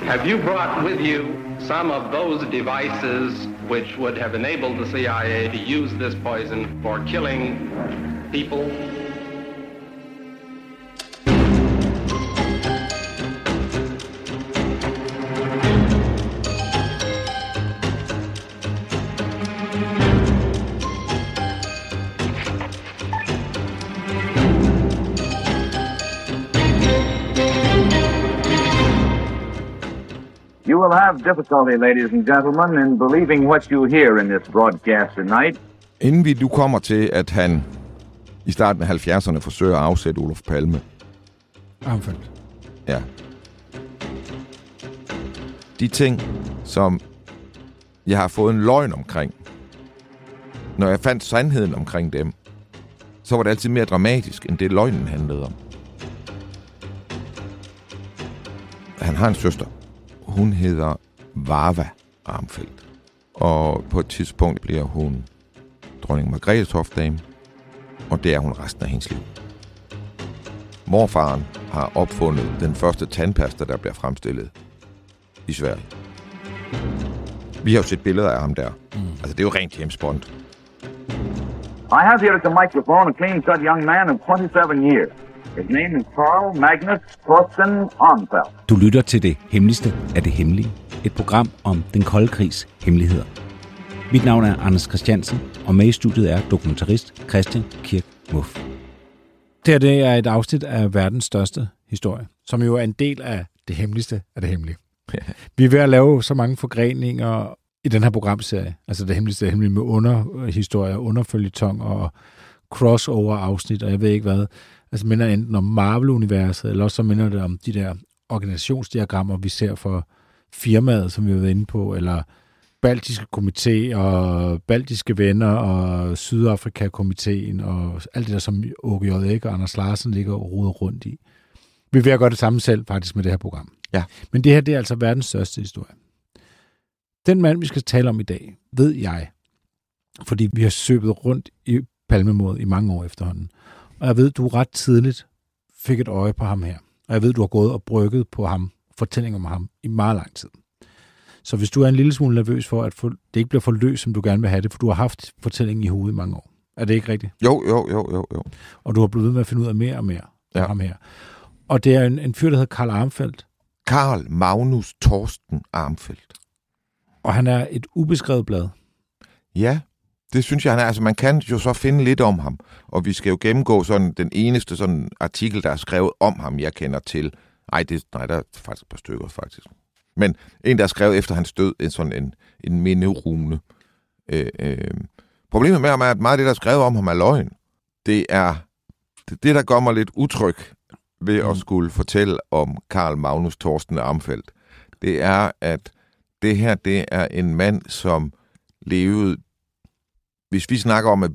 Have you brought with you some of those devices which would have enabled the CIA to use this poison for killing people? You will have difficulty, ladies and gentlemen, in believing what you hear in this broadcast tonight. Inden vi nu kommer til, at han i starten af 70'erne forsøger at afsætte Olof Palme. Armfeldt. Ja. De ting, som jeg har fået en løgn omkring, når jeg fandt sandheden omkring dem, så var det altid mere dramatisk, end det løgnen handlede om. Han har en søster. Hun hedder Varva Armfeldt. Og på et tidspunkt bliver hun dronning Margrethes hofdame, og det er hun resten af hendes liv. Morfaren har opfundet den første tandpasta, der bliver fremstillet i Sverige. Vi har jo set billeder af ham der. Altså, det er jo rent James Bond. I have here at the microphone a clean-cut young man of 27 years. His name is Carl Magnus Thorsten Armfeldt. Du lytter til Det Hemmeligste af det Hemmelige. Et program om den kolde krigs hemmeligheder. Mit navn er Anders Christiansen, og med i studiet er dokumentarist Christian Kirk Muff. Det er et afsnit af verdens største historie, som jo er en del af Det Hemmeligste af det Hemmelige. Vi er ved at lave så mange forgreninger i den her programserie, altså Det Hemmeligste af det Hemmelige, med underhistorier, underfølgetong og crossover-afsnit, og jeg ved ikke hvad. Altså minder enten om Marvel-universet, eller også så minder det om de der organisationsdiagrammer, vi ser for firmaet, som vi har været inde på, eller Baltiske Komité og Baltiske Venner og Sydafrika-komiteen og alt det der, som Åke J. Æg og Anders Larsen ligger og roder rundt i. Vi er ved at gøre det samme selv faktisk med det her program. Ja. Men det her, det er altså verdens største historie. Den mand, vi skal tale om i dag, ved jeg, fordi vi har søbet rundt i Palmemordet i mange år efterhånden. Og jeg ved, du ret tidligt fik et øje på ham her. Og jeg ved, du har gået og brygget på ham, fortællinger om ham, i meget lang tid. Så hvis du er en lille smule nervøs for, at det ikke bliver for løst, som du gerne vil have det, for du har haft fortællingen i hovedet i mange år. Er det ikke rigtigt? Jo. Og du har blevet ved med at finde ud af mere og mere om ham her. Og det er en fyr, der hedder Carl Armfeldt. Carl Magnus Thorsten Armfeldt. Og han er et ubeskrevet blad. Ja, det synes jeg, han er. Altså, man kan jo så finde lidt om ham, og vi skal jo gennemgå sådan den eneste sådan artikel, der er skrevet om ham, jeg kender til. Nej, der er faktisk et par stykker, faktisk. Men en, der er skrevet efter hans død, sådan en minderune. Problemet med ham er, at meget af det, der er skrevet om ham, er løgn. Det er det, der gør mig lidt utryg ved at skulle fortælle om Carl Magnus Thorsten Armfeldt. Det er, at det her, det er en mand, som levede. Hvis vi snakker om, at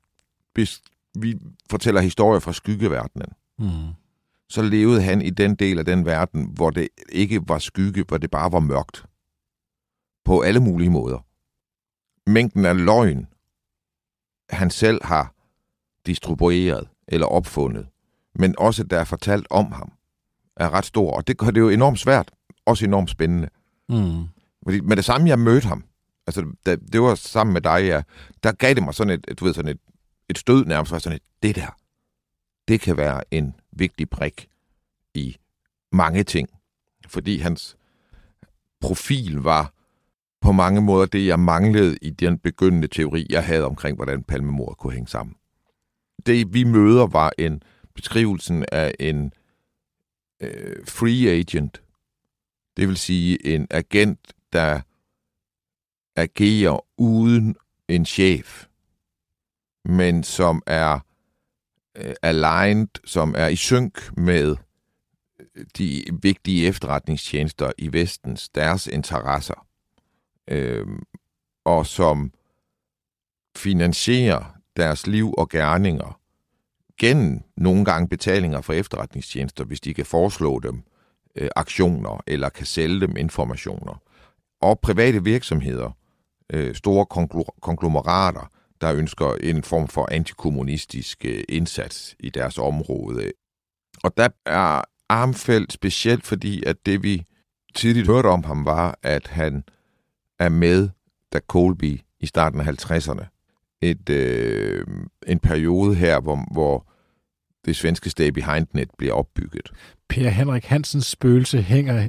vi fortæller historier fra skyggeverdenen, så levede han i den del af den verden, hvor det ikke var skygge, hvor det bare var mørkt. På alle mulige måder. Mængden af løgn, han selv har distribueret eller opfundet, men også der er fortalt om ham, er ret stor. Og det gør det jo enormt svært, også enormt spændende. Fordi med det samme, jeg mødte ham, altså det var sammen med dig, der gav det mig sådan et stød nærmest, var sådan det der, det kan være en vigtig brik i mange ting. Fordi hans profil var på mange måder det, jeg manglede i den begyndende teori, jeg havde omkring, hvordan Palmemordet kunne hænge sammen. Det, vi møder, var en beskrivelsen af en free agent. Det vil sige en agent, der agerer uden en chef, men som er aligned, som er i synk med de vigtige efterretningstjenester i Vestens, deres interesser, og som finansierer deres liv og gerninger gennem nogle gange betalinger for efterretningstjenester, hvis de kan foreslå dem aktioner eller kan sælge dem informationer. Og private virksomheder, store konglomerater, der ønsker en form for antikommunistisk indsats i deres område. Og der er Armfeldt specielt, fordi at det vi tidligt hørte om ham, var, at han er med, da Colby i starten af 50'erne. En periode her, hvor det svenske Stay Behind-net bliver opbygget. Per Henrik Hansens spøgelse hænger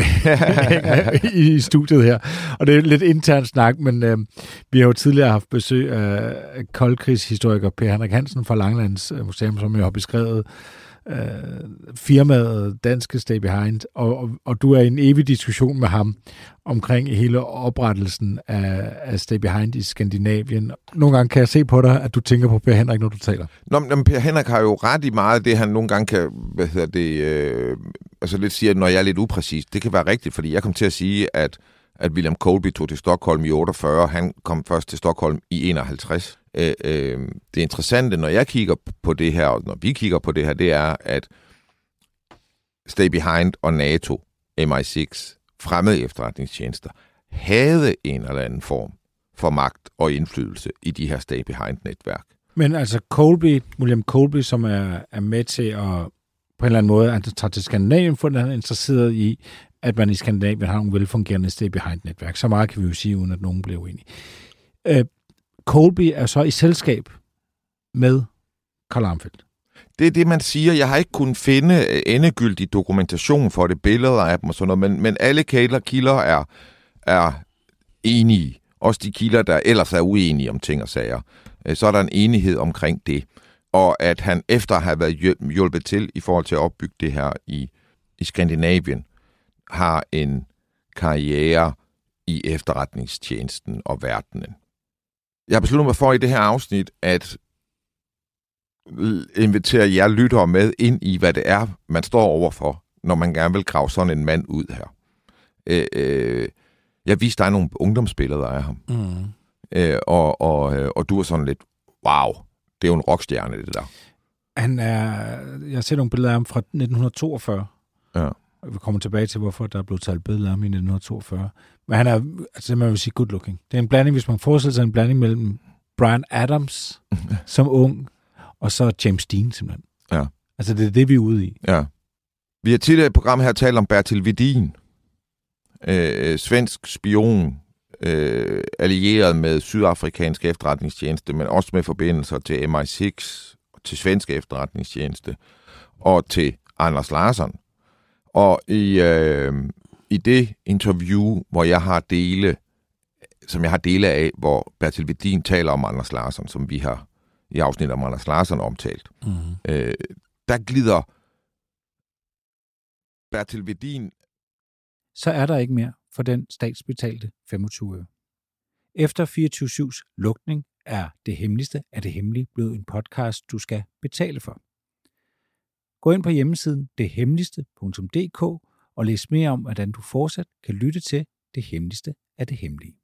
i studiet her. Og det er lidt intern snak, men vi har jo tidligere haft besøg af koldkrigshistoriker Per Henrik Hansen fra Langelands Museum, som jeg har beskrevet firmaet Danske Stay Behind, og du er i en evig diskussion med ham omkring hele oprettelsen af Stay Behind i Skandinavien. Nogle gange kan jeg se på dig, at du tænker på Per Henrik, når du taler. Nå, men Per Henrik har jo ret i meget af det, han nogle gange kan, altså lidt siger, når jeg er lidt upræcis. Det kan være rigtigt, fordi jeg kom til at sige, at William Colby tog til Stockholm i 48, han kom først til Stockholm i 51. Det interessante, når jeg kigger på det her, og når vi kigger på det her, det er, at Stay Behind og NATO, MI6, fremmede efterretningstjenester, havde en eller anden form for magt og indflydelse i de her Stay Behind-netværk. Men altså William Colby, som er med til at på en eller anden måde, at tager til Skandinavien, for han er interesseret i, at man i Skandinavien har nogle velfungerende Stay Behind-netværk. Så meget kan vi jo sige, uden at nogen bliver uenige. Colby er så i selskab med Carl Armfeldt. Det er det, man siger. Jeg har ikke kunnet finde endegyldig dokumentation for det, billeder af dem og sådan noget, men alle kilder er enige. Også de kilder, der ellers er uenige om ting og sager. Så er der en enighed omkring det. Og at han efter at have været hjulpet til i forhold til at opbygge det her i Skandinavien, har en karriere i efterretningstjenesten og verdenen. Jeg har besluttet mig for i det her afsnit at invitere jer lyttere med ind i, hvad det er, man står overfor, når man gerne vil grave sådan en mand ud her. Jeg viste dig nogle ungdomsbilleder af ham. Og du er sådan lidt, wow, det er jo en rockstjerne, det der. Jeg har set nogle billeder af ham fra 1942. Ja. Vi kommer tilbage til, hvorfor der er blevet taget billeder af ham i 1942. Men han er, altså man vil sige, good looking. Det er en blanding, hvis man forestiller sig en blanding mellem Bryan Adams som ung, og så James Dean simpelthen. Ja. Altså det er det, vi er ude i. Ja. Vi har tidligere i programmet her talt om Bertil Wedin. Svensk spion, allieret med sydafrikansk efterretningstjeneste, men også med forbindelser til MI6, til svensk efterretningstjeneste og til Anders Larsson. Og i det interview, hvor jeg har dele af, hvor Bertil Wedin taler om Anders Larsson, som vi har i afsnit om Anders Larsson omtalt, der glider Bertil Wedin. Så er der ikke mere for den statsbetalte 25 øre. Efter 24/7's lukning er Det Hemmeligste af det Hemmelige blevet en podcast, du skal betale for. Gå ind på hjemmesiden dethemmeligste.dk og læs mere om, hvordan du fortsat kan lytte til Det Hemmeligste af det Hemmelige.